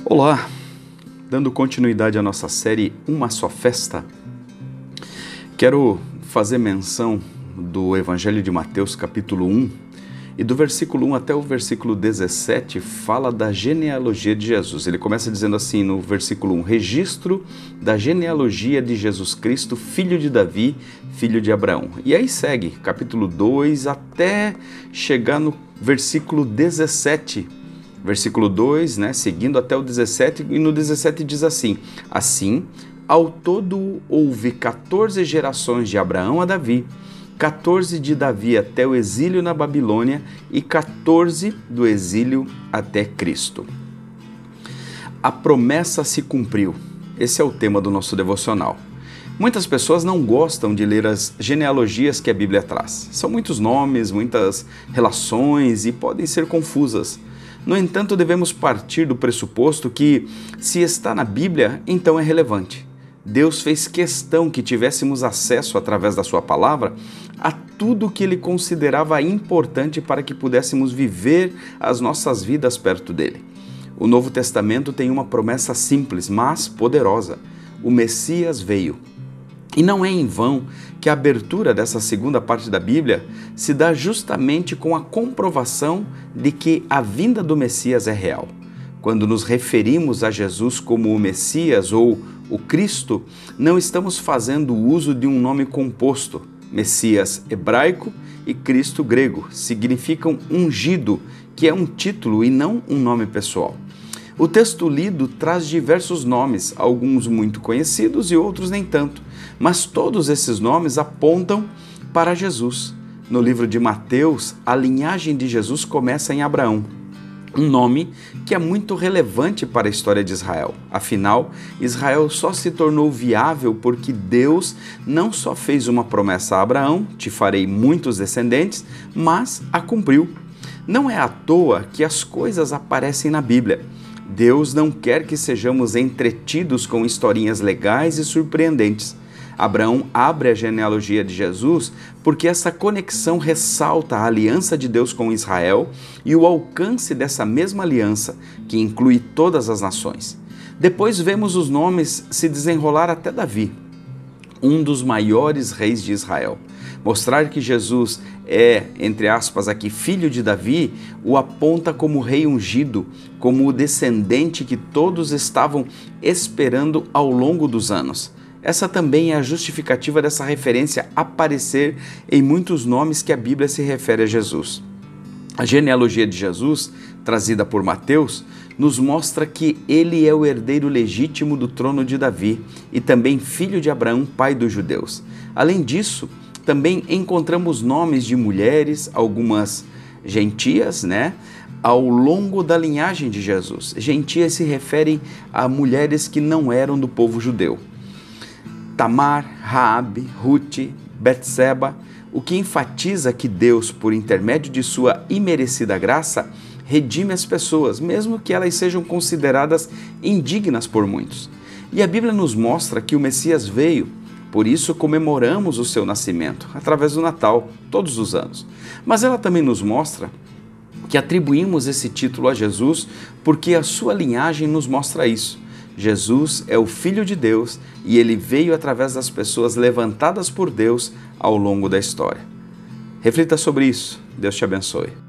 Olá, dando continuidade à nossa série Uma Só Festa, quero fazer menção do Evangelho de Mateus, capítulo 1, e do versículo 1 até o versículo 17 fala da genealogia de Jesus. Ele começa dizendo assim no versículo 1, registro da genealogia de Jesus Cristo, filho de Davi, filho de Abraão. E aí segue, capítulo 2 até chegar no versículo 17. Versículo 2, seguindo até o 17, e no 17 diz assim: assim, ao todo houve 14 gerações de Abraão a Davi, 14 de Davi até o exílio na Babilônia e 14 do exílio até Cristo. A promessa se cumpriu. Esse é o tema do nosso devocional. Muitas pessoas não gostam de ler as genealogias que a Bíblia traz. São muitos nomes, muitas relações e podem ser confusas. No entanto, devemos partir do pressuposto que, se está na Bíblia, então é relevante. Deus fez questão que tivéssemos acesso, através da sua palavra, a tudo o que Ele considerava importante para que pudéssemos viver as nossas vidas perto dEle. O Novo Testamento tem uma promessa simples, mas poderosa. O Messias veio. E não é em vão que a abertura dessa segunda parte da Bíblia se dá justamente com a comprovação de que a vinda do Messias é real. Quando nos referimos a Jesus como o Messias ou o Cristo, não estamos fazendo uso de um nome composto. Messias hebraico e Cristo grego significam ungido, que é um título e não um nome pessoal. O texto lido traz diversos nomes, alguns muito conhecidos e outros nem tanto, mas todos esses nomes apontam para Jesus. No livro de Mateus, a linhagem de Jesus começa em Abraão, um nome que é muito relevante para a história de Israel. Afinal, Israel só se tornou viável porque Deus não só fez uma promessa a Abraão, te farei muitos descendentes, mas a cumpriu. Não é à toa que as coisas aparecem na Bíblia. Deus não quer que sejamos entretidos com historinhas legais e surpreendentes. Abraão abre a genealogia de Jesus porque essa conexão ressalta a aliança de Deus com Israel e o alcance dessa mesma aliança, que inclui todas as nações. Depois vemos os nomes se desenrolar até Davi, um dos maiores reis de Israel. Mostrar que Jesus é, entre aspas aqui, filho de Davi, o aponta como rei ungido, como o descendente que todos estavam esperando ao longo dos anos. Essa também é a justificativa dessa referência aparecer em muitos nomes que a Bíblia se refere a Jesus. A genealogia de Jesus, trazida por Mateus, nos mostra que ele é o herdeiro legítimo do trono de Davi e também filho de Abraão, pai dos judeus. Além disso, também encontramos nomes de mulheres, algumas gentias, ao longo da linhagem de Jesus. Gentias se referem a mulheres que não eram do povo judeu. Tamar, Raabe, Ruth, Betseba, o que enfatiza que Deus, por intermédio de sua imerecida graça, redime as pessoas, mesmo que elas sejam consideradas indignas por muitos. E a Bíblia nos mostra que o Messias veio, por isso comemoramos o seu nascimento, através do Natal, todos os anos. Mas ela também nos mostra que atribuímos esse título a Jesus porque a sua linhagem nos mostra isso. Jesus é o Filho de Deus e ele veio através das pessoas levantadas por Deus ao longo da história. Reflita sobre isso. Deus te abençoe.